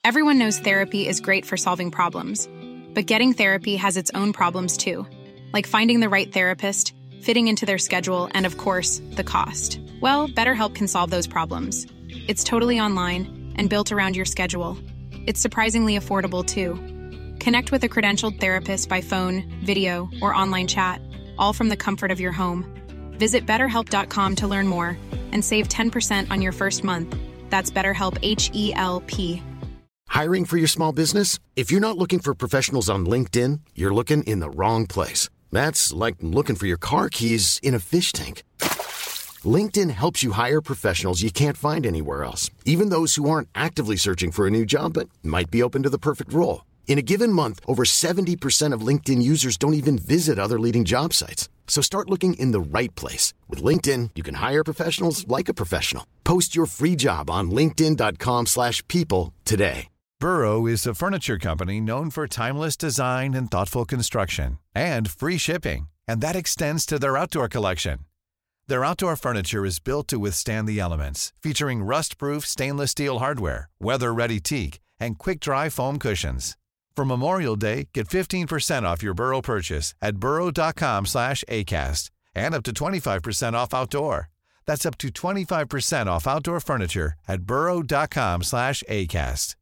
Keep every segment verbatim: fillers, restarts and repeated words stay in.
Everyone knows therapy is great for solving problems, but getting therapy has its own problems too, like finding the right therapist, fitting into their schedule, and of course, the cost. Well, BetterHelp can solve those problems. It's totally online and built around your schedule. It's surprisingly affordable too. Connect with a credentialed therapist by phone, video, or online chat, all from the comfort of your home. Visit better help dot com to learn more and save ten percent on your first month. That's BetterHelp, H E L P. Hiring for your small business? If you're not looking for professionals on LinkedIn, you're looking in the wrong place. That's like looking for your car keys in a fish tank. LinkedIn helps you hire professionals you can't find anywhere else, even those who aren't actively searching for a new job but might be open to the perfect role. In a given month, over seventy percent of LinkedIn users don't even visit other leading job sites. So start looking in the right place. With LinkedIn, you can hire professionals like a professional. Post your free job on linkedin dot com slash people today. Burrow is a furniture company known for timeless design and thoughtful construction, and free shipping, and that extends to their outdoor collection. Their outdoor furniture is built to withstand the elements, featuring rust-proof stainless steel hardware, weather-ready teak, and quick-dry foam cushions. For Memorial Day, get fifteen percent off your Burrow purchase at burrow dot com slash acast, and up to twenty-five percent off outdoor. That's up to twenty-five percent off outdoor furniture at burrow dot com slash acast.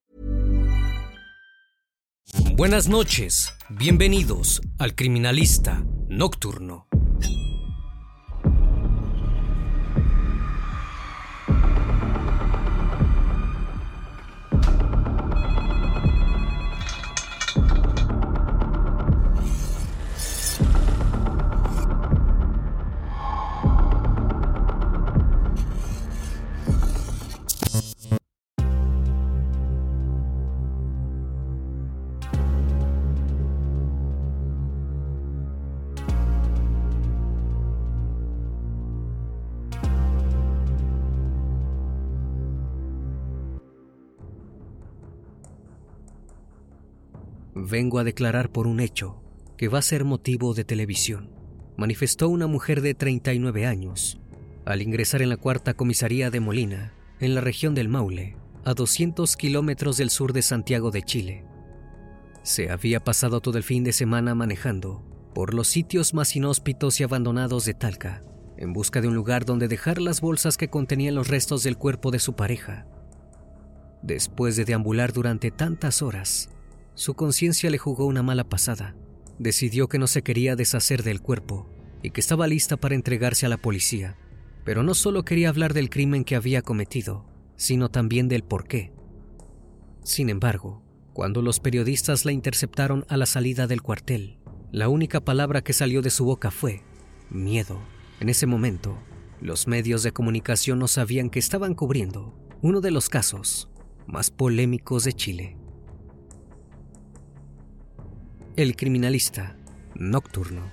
Buenas noches, bienvenidos al Criminalista Nocturno. Vengo a declarar por un hecho que va a ser motivo de televisión, manifestó una mujer de treinta y nueve años al ingresar en la cuarta comisaría de Molina, en la región del Maule, a doscientos kilómetros del sur de Santiago de Chile. Se había pasado todo el fin de semana manejando por los sitios más inhóspitos y abandonados de Talca, en busca de un lugar donde dejar las bolsas que contenían los restos del cuerpo de su pareja. Después de deambular durante tantas horas, su conciencia le jugó una mala pasada. Decidió que no se quería deshacer del cuerpo y que estaba lista para entregarse a la policía. Pero no solo quería hablar del crimen que había cometido, sino también del porqué. Sin embargo, cuando los periodistas la interceptaron a la salida del cuartel, la única palabra que salió de su boca fue miedo. En ese momento, los medios de comunicación no sabían que estaban cubriendo uno de los casos más polémicos de Chile. El Criminalista Nocturno.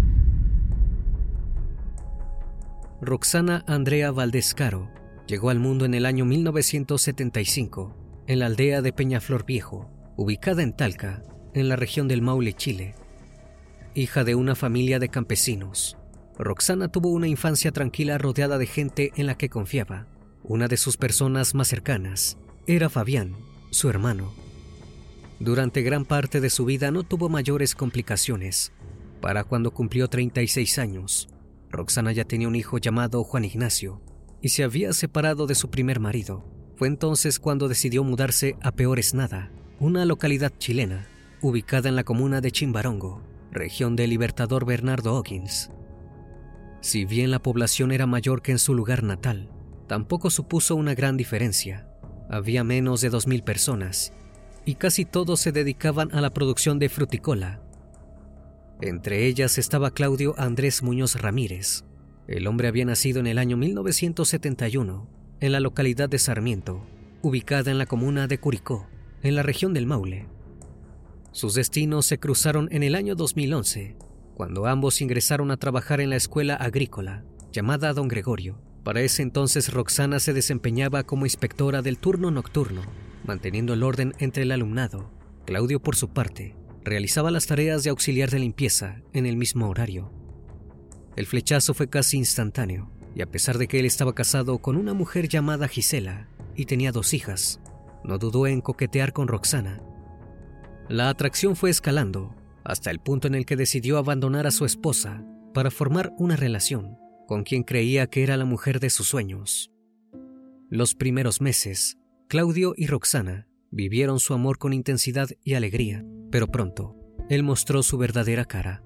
Roxana Andrea Valdés Caro llegó al mundo en el año mil novecientos setenta y cinco en la aldea de Peñaflor Viejo, ubicada en Talca, en la región del Maule, Chile. Hija de una familia de campesinos, Roxana tuvo una infancia tranquila rodeada de gente en la que confiaba. Una de sus personas más cercanas era Fabián, su hermano. Durante gran parte de su vida no tuvo mayores complicaciones. Para cuando cumplió treinta y seis años, Roxana ya tenía un hijo llamado Juan Ignacio y se había separado de su primer marido. Fue entonces cuando decidió mudarse a Peores Nada, una localidad chilena ubicada en la comuna de Chimbarongo, región del Libertador Bernardo O'Higgins. Si bien la población era mayor que en su lugar natal, tampoco supuso una gran diferencia. Había menos de dos mil personas y casi todos se dedicaban a la producción de fruticola. Entre ellas estaba Claudio Andrés Muñoz Ramírez. El hombre había nacido en el año mil novecientos setenta y uno en la localidad de Sarmiento, ubicada en la comuna de Curicó, en la región del Maule. Sus destinos se cruzaron en el año dos mil once, cuando ambos ingresaron a trabajar en la escuela agrícola, llamada Don Gregorio. Para ese entonces Roxana se desempeñaba como inspectora del turno nocturno, manteniendo el orden entre el alumnado. Claudio, por su parte, realizaba las tareas de auxiliar de limpieza en el mismo horario. El flechazo fue casi instantáneo, y a pesar de que él estaba casado con una mujer llamada Gisela y tenía dos hijas, no dudó en coquetear con Roxana. La atracción fue escalando hasta el punto en el que decidió abandonar a su esposa para formar una relación con quien creía que era la mujer de sus sueños. Los primeros meses, Claudio y Roxana vivieron su amor con intensidad y alegría, pero pronto, él mostró su verdadera cara.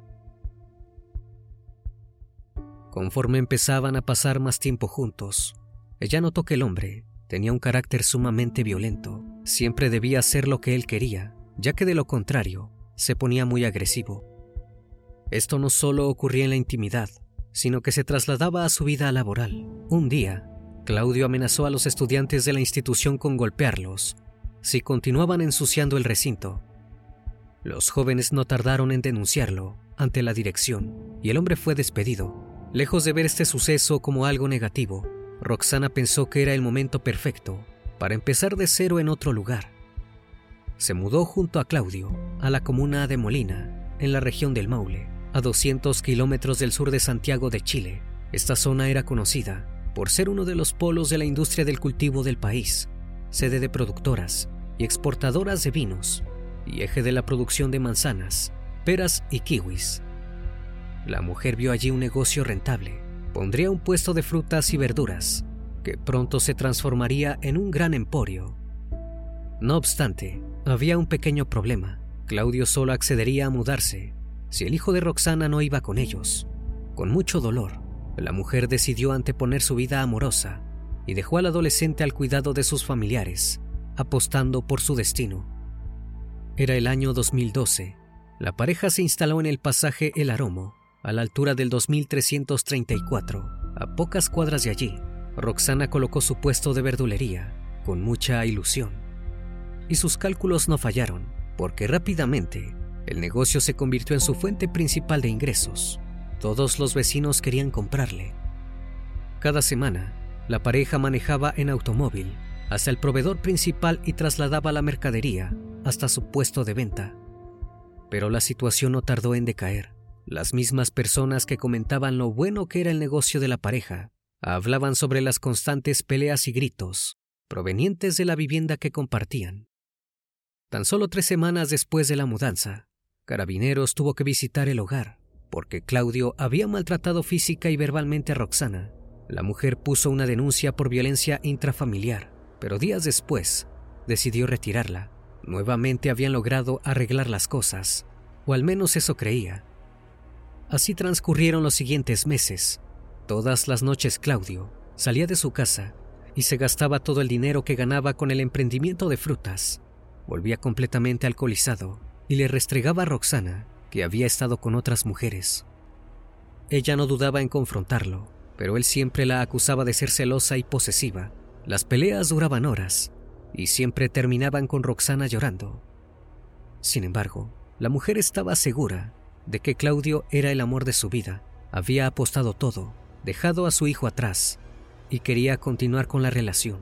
Conforme empezaban a pasar más tiempo juntos, ella notó que el hombre tenía un carácter sumamente violento. Siempre debía hacer lo que él quería, ya que de lo contrario, se ponía muy agresivo. Esto no solo ocurría en la intimidad, sino que se trasladaba a su vida laboral. Un día, Claudio amenazó a los estudiantes de la institución con golpearlos si continuaban ensuciando el recinto. Los jóvenes no tardaron en denunciarlo ante la dirección y el hombre fue despedido. Lejos de ver este suceso como algo negativo, Roxana pensó que era el momento perfecto para empezar de cero en otro lugar. Se mudó junto a Claudio a la comuna de Molina, en la región del Maule, a doscientos kilómetros del sur de Santiago de Chile. Esta zona era conocida por ser uno de los polos de la industria del cultivo del país, sede de productoras y exportadoras de vinos y eje de la producción de manzanas, peras y kiwis. La mujer vio allí un negocio rentable. Pondría un puesto de frutas y verduras que pronto se transformaría en un gran emporio. No obstante, había un pequeño problema. Claudio solo accedería a mudarse si el hijo de Roxana no iba con ellos. Con mucho dolor, la mujer decidió anteponer su vida amorosa y dejó al adolescente al cuidado de sus familiares, apostando por su destino. Era el año dos mil doce. La pareja se instaló en el pasaje El Aromo, a la altura del dos mil trescientos treinta y cuatro, a pocas cuadras de allí. Roxana colocó su puesto de verdulería con mucha ilusión. Y sus cálculos no fallaron, porque rápidamente el negocio se convirtió en su fuente principal de ingresos. Todos los vecinos querían comprarle. Cada semana, la pareja manejaba en automóvil hasta el proveedor principal y trasladaba la mercadería hasta su puesto de venta. Pero la situación no tardó en decaer. Las mismas personas que comentaban lo bueno que era el negocio de la pareja hablaban sobre las constantes peleas y gritos provenientes de la vivienda que compartían. Tan solo tres semanas después de la mudanza, Carabineros tuvo que visitar el hogar porque Claudio había maltratado física y verbalmente a Roxana. La mujer puso una denuncia por violencia intrafamiliar, pero días después decidió retirarla. Nuevamente habían logrado arreglar las cosas, o al menos eso creía. Así transcurrieron los siguientes meses. Todas las noches Claudio salía de su casa y se gastaba todo el dinero que ganaba con el emprendimiento de frutas. Volvía completamente alcoholizado y le restregaba a Roxana que había estado con otras mujeres. Ella no dudaba en confrontarlo, pero él siempre la acusaba de ser celosa y posesiva. Las peleas duraban horas y siempre terminaban con Roxana llorando. Sin embargo, la mujer estaba segura de que Claudio era el amor de su vida. Había apostado todo, dejado a su hijo atrás y quería continuar con la relación.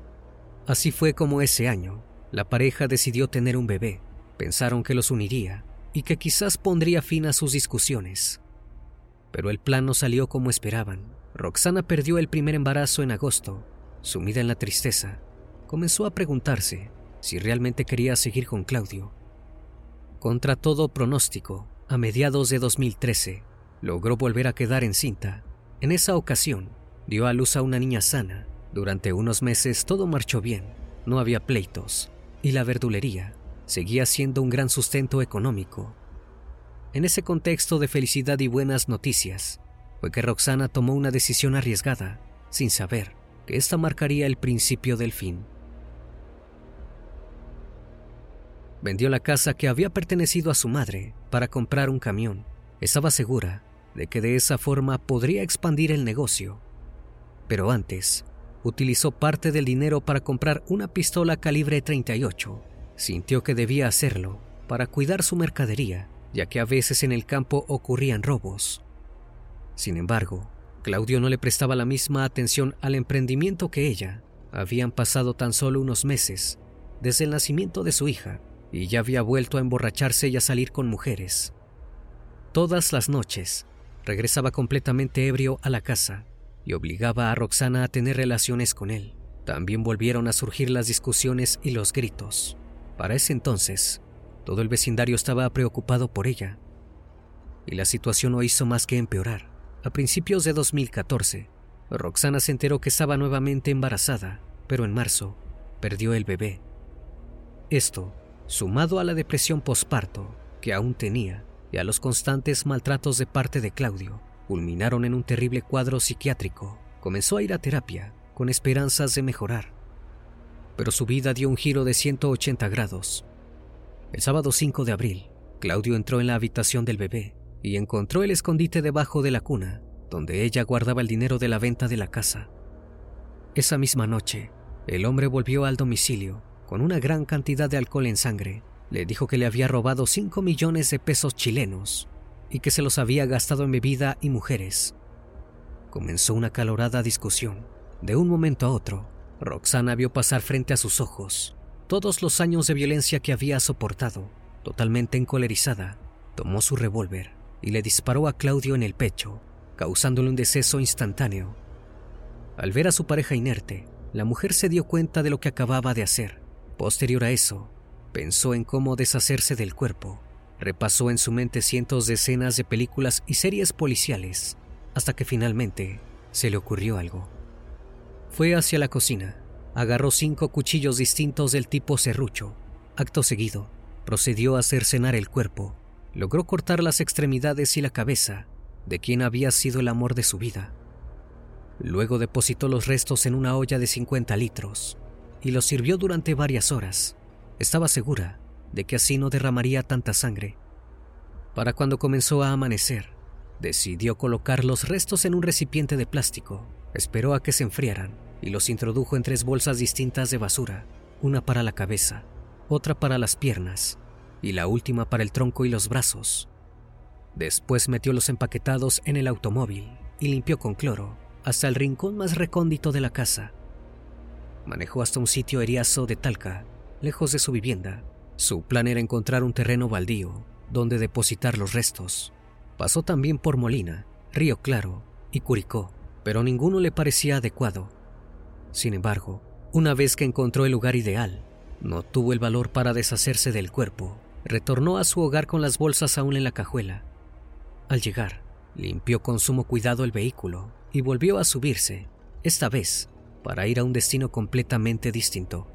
Así fue como ese año, la pareja decidió tener un bebé. Pensaron que los uniría y que quizás pondría fin a sus discusiones. Pero el plan no salió como esperaban. Roxana perdió el primer embarazo en agosto. Sumida en la tristeza, comenzó a preguntarse si realmente quería seguir con Claudio. Contra todo pronóstico, a mediados de dos mil trece, logró volver a quedar encinta. En esa ocasión, dio a luz a una niña sana. Durante unos meses todo marchó bien, no había pleitos, y la verdulería seguía siendo un gran sustento económico. En ese contexto de felicidad y buenas noticias, fue que Roxana tomó una decisión arriesgada, sin saber que esta marcaría el principio del fin. Vendió la casa que había pertenecido a su madre para comprar un camión. Estaba segura de que de esa forma podría expandir el negocio. Pero antes, utilizó parte del dinero para comprar una pistola calibre treinta y ocho. Sintió que debía hacerlo para cuidar su mercadería, ya que a veces en el campo ocurrían robos. Sin embargo, Claudio no le prestaba la misma atención al emprendimiento que ella. Habían pasado tan solo unos meses desde el nacimiento de su hija y ya había vuelto a emborracharse y a salir con mujeres. Todas las noches regresaba completamente ebrio a la casa y obligaba a Roxana a tener relaciones con él. también volvieron a surgir las discusiones y los gritos. Para ese entonces, todo el vecindario estaba preocupado por ella. Y la situación no hizo más que empeorar. A principios de dos mil catorce, Roxana se enteró que estaba nuevamente embarazada, pero en marzo perdió el bebé. Esto, sumado a la depresión posparto que aún tenía y a los constantes maltratos de parte de Claudio, culminaron en un terrible cuadro psiquiátrico. Comenzó a ir a terapia con esperanzas de mejorar, pero su vida dio un giro de ciento ochenta grados. El sábado cinco de abril, Claudio entró en la habitación del bebé y encontró el escondite debajo de la cuna, donde ella guardaba el dinero de la venta de la casa. Esa misma noche, el hombre volvió al domicilio con una gran cantidad de alcohol en sangre. Le dijo que le había robado cinco millones de pesos chilenos y que se los había gastado en bebida y mujeres. Comenzó una acalorada discusión. De un momento a otro, Roxana vio pasar frente a sus ojos todos los años de violencia que había soportado. Totalmente encolerizada, tomó su revólver y le disparó a Claudio en el pecho, causándole un deceso instantáneo. Al ver a su pareja inerte, la mujer se dio cuenta de lo que acababa de hacer. Posterior a eso, pensó en cómo deshacerse del cuerpo. Repasó en su mente cientos de escenas de películas y series policiales, hasta que finalmente se le ocurrió algo. Fue hacia la cocina, agarró cinco cuchillos distintos del tipo serrucho. Acto seguido, procedió a cercenar el cuerpo. Logró cortar las extremidades y la cabeza de quien había sido el amor de su vida. Luego depositó los restos en una olla de cincuenta litros y los sirvió durante varias horas. Estaba segura de que así no derramaría tanta sangre. Para cuando comenzó a amanecer, decidió colocar los restos en un recipiente de plástico. Esperó a que se enfriaran y los introdujo en tres bolsas distintas de basura, una para la cabeza, otra para las piernas y la última para el tronco y los brazos. Después metió los empaquetados en el automóvil y limpió con cloro hasta el rincón más recóndito de la casa. Manejó hasta un sitio eriazo de Talca, lejos de su vivienda. Su plan era encontrar un terreno baldío donde depositar los restos. Pasó también por Molina, Río Claro y Curicó, pero ninguno le parecía adecuado. Sin embargo, una vez que encontró el lugar ideal, no tuvo el valor para deshacerse del cuerpo. Retornó a su hogar con las bolsas aún en la cajuela. Al llegar, limpió con sumo cuidado el vehículo y volvió a subirse, esta vez para ir a un destino completamente distinto.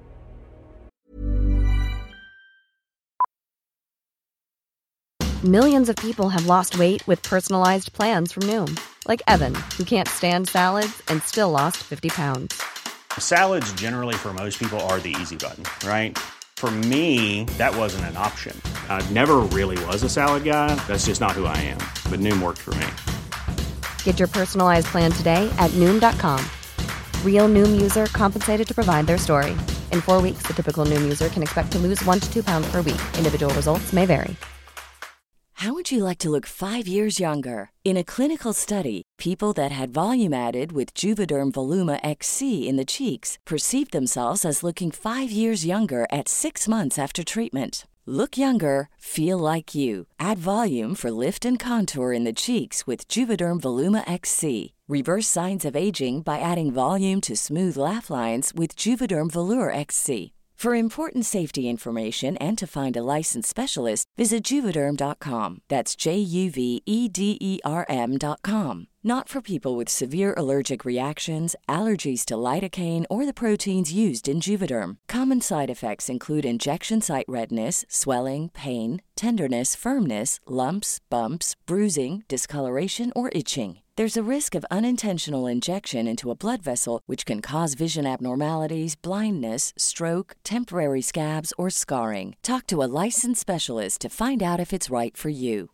Millions of people have lost weight with personalized plans from Noom, like Evan, who can't stand salads and still lost fifty pounds. Salads generally for most people are the easy button, right? For me, that wasn't an option. I never really was a salad guy. That's just not who I am. But Noom worked for me. Get your personalized plan today at Noom dot com. Real Noom user compensated to provide their story. In four weeks, the typical Noom user can expect to lose one to two pounds per week. Individual results may vary. How would you like to look five years younger? In a clinical study, people that had volume added with Juvederm Voluma X C in the cheeks perceived themselves as looking five years younger at six months after treatment. Look younger, feel like you. Add volume for lift and contour in the cheeks with Juvederm Voluma X C. Reverse signs of aging by adding volume to smooth laugh lines with Juvederm Volure X C. For important safety information and to find a licensed specialist, visit Juvederm dot com. That's J U V E D E R M dot com. Not for people with severe allergic reactions, allergies to lidocaine, or the proteins used in Juvederm. Common side effects include injection site redness, swelling, pain, tenderness, firmness, lumps, bumps, bruising, discoloration, or itching. There's a risk of unintentional injection into a blood vessel, which can cause vision abnormalities, blindness, stroke, temporary scabs, or scarring. Talk to a licensed specialist to find out if it's right for you.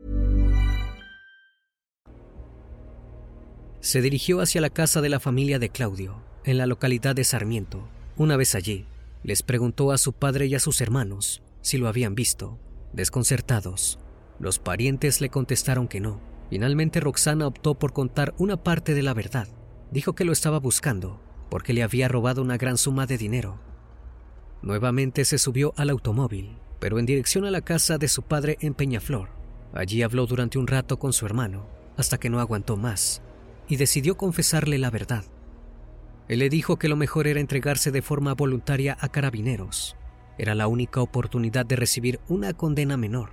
Se dirigió hacia la casa de la familia de Claudio, en la localidad de Sarmiento. Una vez allí, les preguntó a su padre y a sus hermanos si lo habían visto. Desconcertados, los parientes le contestaron que no. Finalmente Roxana optó por contar una parte de la verdad. Dijo que lo estaba buscando porque le había robado una gran suma de dinero. Nuevamente se subió al automóvil, pero en dirección a la casa de su padre en Peñaflor. Allí habló durante un rato con su hermano, hasta que no aguantó más y decidió confesarle la verdad. Él le dijo que lo mejor era entregarse de forma voluntaria a Carabineros. Era la única oportunidad de recibir una condena menor.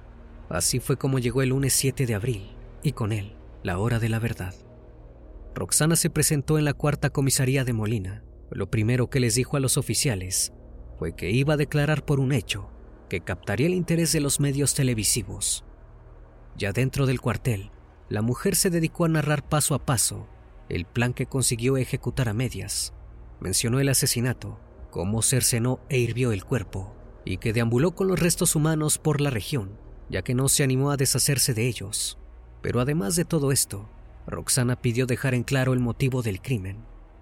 Así fue como llegó el lunes siete de abril, y con él, la hora de la verdad. Roxana se presentó en la cuarta comisaría de Molina. Lo primero que les dijo a los oficiales fue que iba a declarar por un hecho que captaría el interés de los medios televisivos. Ya dentro del cuartel, la mujer se dedicó a narrar paso a paso el plan que consiguió ejecutar a medias. Mencionó el asesinato, cómo cercenó e hirvió el cuerpo, y que deambuló con los restos humanos por la región, ya que no se animó a deshacerse de ellos. Pero además de todo esto, Roxana pidió dejar en claro el motivo del crimen.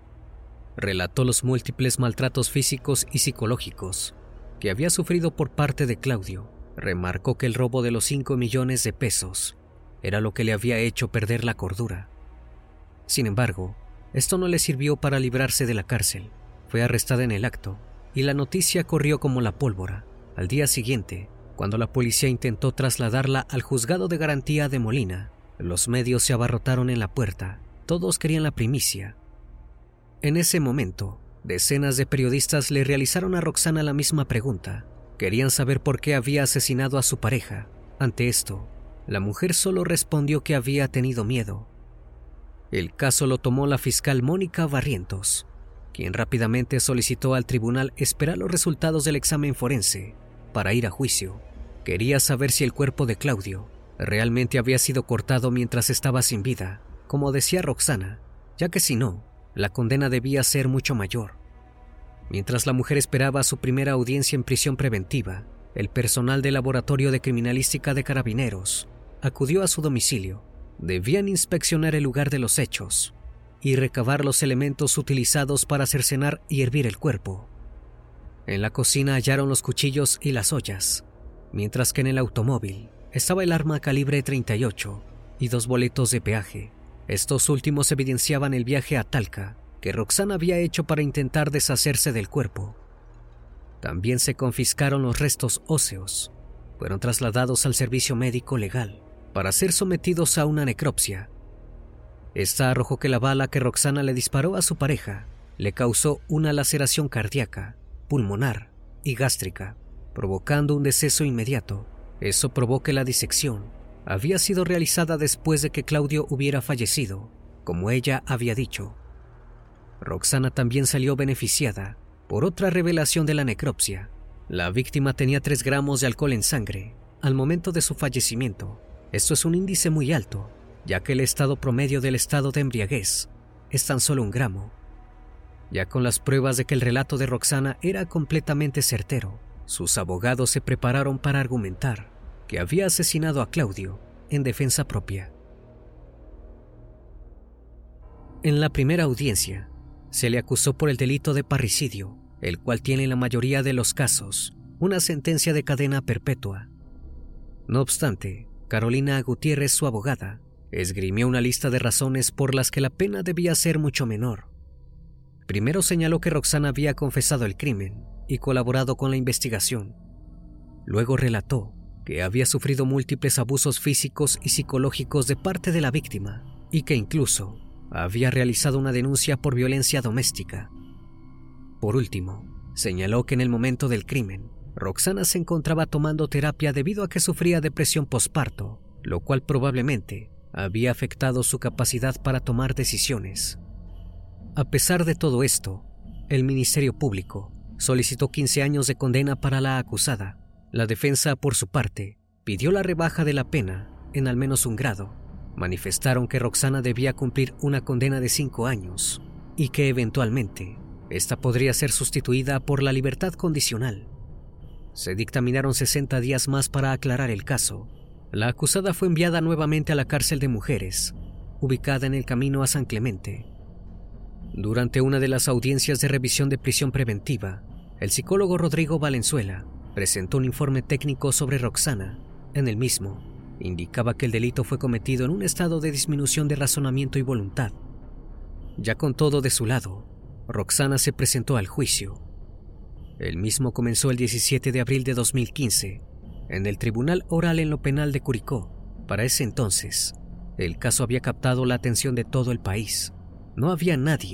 Relató los múltiples maltratos físicos y psicológicos que había sufrido por parte de Claudio. Remarcó que el robo de los cinco millones de pesos era lo que le había hecho perder la cordura. Sin embargo, esto no le sirvió para librarse de la cárcel. Fue arrestada en el acto y la noticia corrió como la pólvora. Al día siguiente, cuando la policía intentó trasladarla al juzgado de garantía de Molina, los medios se abarrotaron en la puerta. Todos querían la primicia. En ese momento, decenas de periodistas le realizaron a Roxana la misma pregunta. Querían saber por qué había asesinado a su pareja. Ante esto, la mujer solo respondió que había tenido miedo. El caso lo tomó la fiscal Mónica Barrientos, quien rápidamente solicitó al tribunal esperar los resultados del examen forense para ir a juicio. Quería saber si el cuerpo de Claudio realmente había sido cortado mientras estaba sin vida, como decía Roxana, ya que si no, la condena debía ser mucho mayor. Mientras la mujer esperaba su primera audiencia en prisión preventiva, el personal del Laboratorio de Criminalística de Carabineros acudió a su domicilio. Debían inspeccionar el lugar de los hechos y recabar los elementos utilizados para cercenar y hervir el cuerpo. En la cocina hallaron los cuchillos y las ollas, mientras que en el automóvil estaba el arma calibre treinta y ocho y dos boletos de peaje. Estos últimos evidenciaban el viaje a Talca que Roxana había hecho para intentar deshacerse del cuerpo. También se confiscaron los restos óseos. Fueron trasladados al servicio médico legal para ser sometidos a una necropsia. Esta arrojó que la bala que Roxana le disparó a su pareja le causó una laceración cardíaca, pulmonar y gástrica, provocando un deceso inmediato. Eso probó que la disección había sido realizada después de que Claudio hubiera fallecido, como ella había dicho. Roxana también salió beneficiada por otra revelación de la necropsia. La víctima tenía tres gramos de alcohol en sangre al momento de su fallecimiento. Esto es un índice muy alto, ya que el estado promedio del estado de embriaguez es tan solo un gramo. Ya con las pruebas de que el relato de Roxana era completamente certero, sus abogados se prepararon para argumentar que había asesinado a Claudio en defensa propia. En la primera audiencia, se le acusó por el delito de parricidio, el cual tiene en la mayoría de los casos una sentencia de cadena perpetua. No obstante, Carolina Gutiérrez, su abogada, esgrimió una lista de razones por las que la pena debía ser mucho menor. Primero señaló que Roxana había confesado el crimen y colaborado con la investigación. Luego relató que había sufrido múltiples abusos físicos y psicológicos de parte de la víctima y que incluso había realizado una denuncia por violencia doméstica. Por último, señaló que en el momento del crimen, Roxana se encontraba tomando terapia debido a que sufría depresión posparto, lo cual probablemente había afectado su capacidad para tomar decisiones. A pesar de todo esto, el Ministerio Público solicitó quince años de condena para la acusada. La defensa, por su parte, pidió la rebaja de la pena en al menos un grado. Manifestaron que Roxana debía cumplir una condena de cinco años y que eventualmente esta podría ser sustituida por la libertad condicional. Se dictaminaron sesenta días más para aclarar el caso. La acusada fue enviada nuevamente a la cárcel de mujeres, ubicada en el camino a San Clemente. Durante una de las audiencias de revisión de prisión preventiva, el psicólogo Rodrigo Valenzuela presentó un informe técnico sobre Roxana. En el mismo, indicaba que el delito fue cometido en un estado de disminución de razonamiento y voluntad. Ya con todo de su lado, Roxana se presentó al juicio. El mismo comenzó el diecisiete de abril de dos mil quince, en el Tribunal Oral en lo Penal de Curicó. Para ese entonces, el caso había captado la atención de todo el país. No había nadie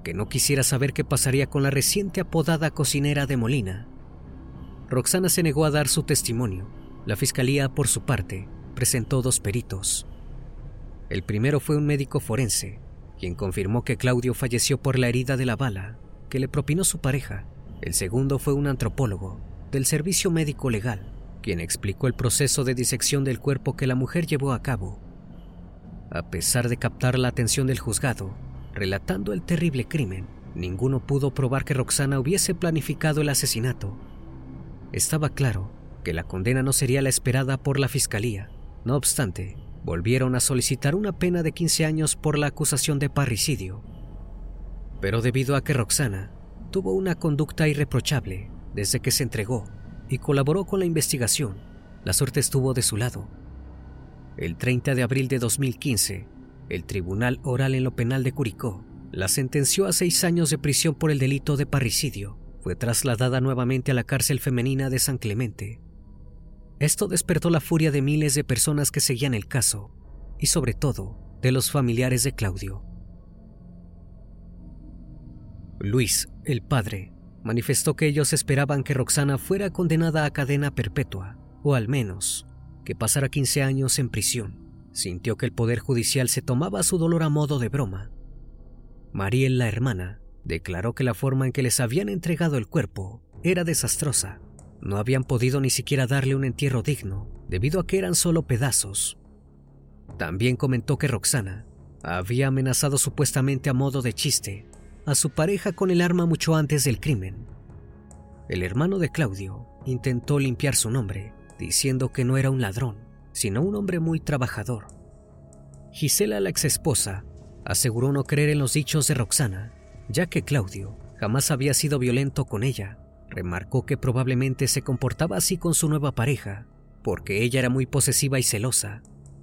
que no quisiera saber qué pasaría con la reciente apodada cocinera de Molina. Roxana se negó a dar su testimonio. La fiscalía, por su parte, presentó dos peritos. El primero fue un médico forense, quien confirmó que Claudio falleció por la herida de la bala que le propinó su pareja. El segundo fue un antropólogo del Servicio Médico Legal, quien explicó el proceso de disección del cuerpo que la mujer llevó a cabo. A pesar de captar la atención del juzgado, relatando el terrible crimen, ninguno pudo probar que Roxana hubiese planificado el asesinato. Estaba claro que la condena no sería la esperada por la fiscalía. No obstante, volvieron a solicitar una pena de quince años por la acusación de parricidio. Pero debido a que Roxana tuvo una conducta irreprochable desde que se entregó y colaboró con la investigación, la suerte estuvo de su lado. El treinta de abril de dos mil quince, el Tribunal Oral en lo Penal de Curicó la sentenció a seis años de prisión por el delito de parricidio. Fue trasladada nuevamente a la cárcel femenina de San Clemente. Esto despertó la furia de miles de personas que seguían el caso y sobre todo de los familiares de Claudio. Luis, el padre, manifestó que ellos esperaban que Roxana fuera condenada a cadena perpetua, o al menos que pasara quince años en prisión. Sintió que el Poder Judicial se tomaba su dolor a modo de broma. Mariel, la hermana, declaró que la forma en que les habían entregado el cuerpo era desastrosa. No habían podido ni siquiera darle un entierro digno, debido a que eran solo pedazos. También comentó que Roxana había amenazado supuestamente a modo de chiste a su pareja con el arma mucho antes del crimen. El hermano de Claudio intentó limpiar su nombre, diciendo que no era un ladrón, sino un hombre muy trabajador. Gisela, la exesposa, aseguró no creer en los dichos de Roxana, ya que Claudio jamás había sido violento con ella. Remarcó que probablemente se comportaba así con su nueva pareja, porque ella era muy posesiva y celosa.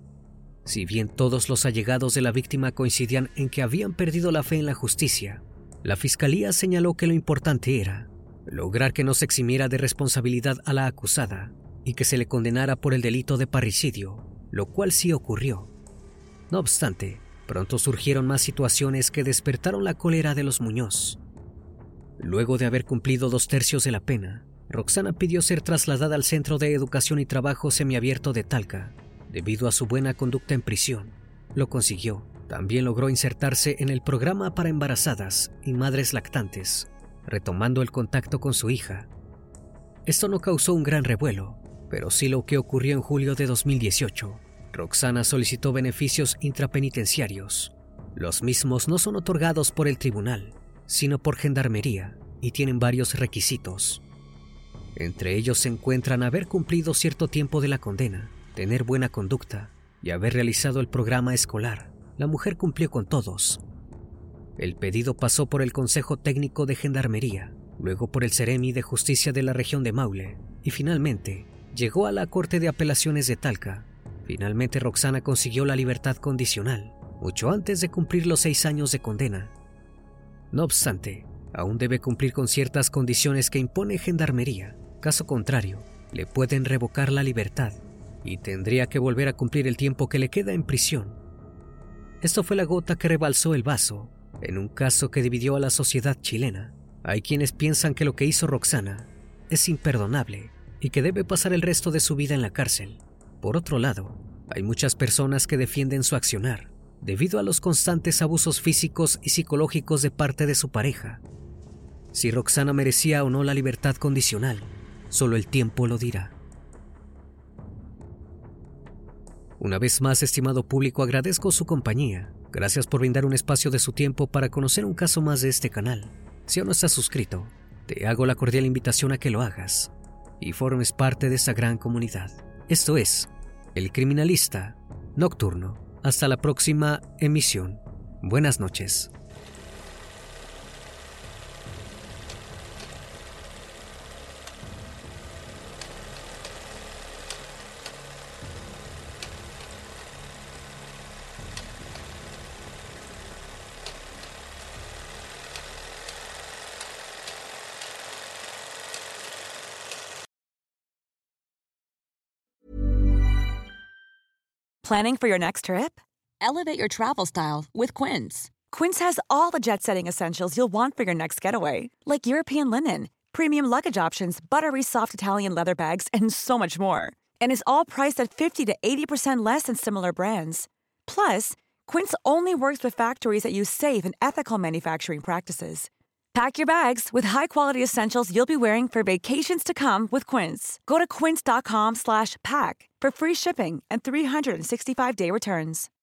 Si bien todos los allegados de la víctima coincidían en que habían perdido la fe en la justicia, la fiscalía señaló que lo importante era lograr que no se eximiera de responsabilidad a la acusada y que se le condenara por el delito de parricidio, lo cual sí ocurrió. No obstante, pronto surgieron más situaciones que despertaron la cólera de los Muñoz. Luego de haber cumplido dos tercios de la pena, Roxana pidió ser trasladada al Centro de Educación y Trabajo Semiabierto de Talca. Debido a su buena conducta en prisión, lo consiguió. También logró insertarse en el programa para embarazadas y madres lactantes, retomando el contacto con su hija. Esto no causó un gran revuelo, pero sí lo que ocurrió en julio de dos mil dieciocho. Roxana solicitó beneficios intrapenitenciarios. Los mismos no son otorgados por el tribunal, sino por Gendarmería, y tienen varios requisitos. Entre ellos se encuentran haber cumplido cierto tiempo de la condena, tener buena conducta y haber realizado el programa escolar. La mujer cumplió con todos. El pedido pasó por el Consejo Técnico de Gendarmería, luego por el Ceremi de Justicia de la región de Maule, y finalmente llegó a la Corte de Apelaciones de Talca. Finalmente Roxana consiguió la libertad condicional, mucho antes de cumplir los seis años de condena. No obstante, aún debe cumplir con ciertas condiciones que impone Gendarmería. Caso contrario, le pueden revocar la libertad y tendría que volver a cumplir el tiempo que le queda en prisión. Esto fue la gota que rebalsó el vaso, en un caso que dividió a la sociedad chilena. Hay quienes piensan que lo que hizo Roxana es imperdonable y que debe pasar el resto de su vida en la cárcel. Por otro lado, hay muchas personas que defienden su accionar, debido a los constantes abusos físicos y psicológicos de parte de su pareja. Si Roxana merecía o no la libertad condicional, solo el tiempo lo dirá. Una vez más, estimado público, agradezco su compañía. Gracias por brindar un espacio de su tiempo para conocer un caso más de este canal. Si aún no estás suscrito, te hago la cordial invitación a que lo hagas y formes parte de esta gran comunidad. Esto es El Criminalista Nocturno. Hasta la próxima emisión. Buenas noches. Planning for your next trip? Elevate your travel style with Quince. Quince has all the jet-setting essentials you'll want for your next getaway, like European linen, premium luggage options, buttery soft Italian leather bags, and so much more. And is all priced at fifty to eighty percent less than similar brands. Plus, Quince only works with factories that use safe and ethical manufacturing practices. Pack your bags with high-quality essentials you'll be wearing for vacations to come with Quince. Go to quince.com slash pack for free shipping and three sixty-five day returns.